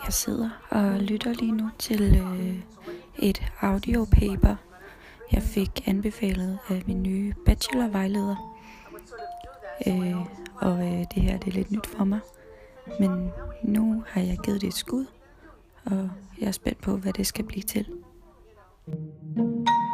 Jeg sidder og lytter lige nu til et audiopaper, jeg fik anbefalet af min nye bachelorvejleder. Det her det er lidt nyt for mig, men nu har jeg givet det et skud, og jeg er spændt på, hvad det skal blive til.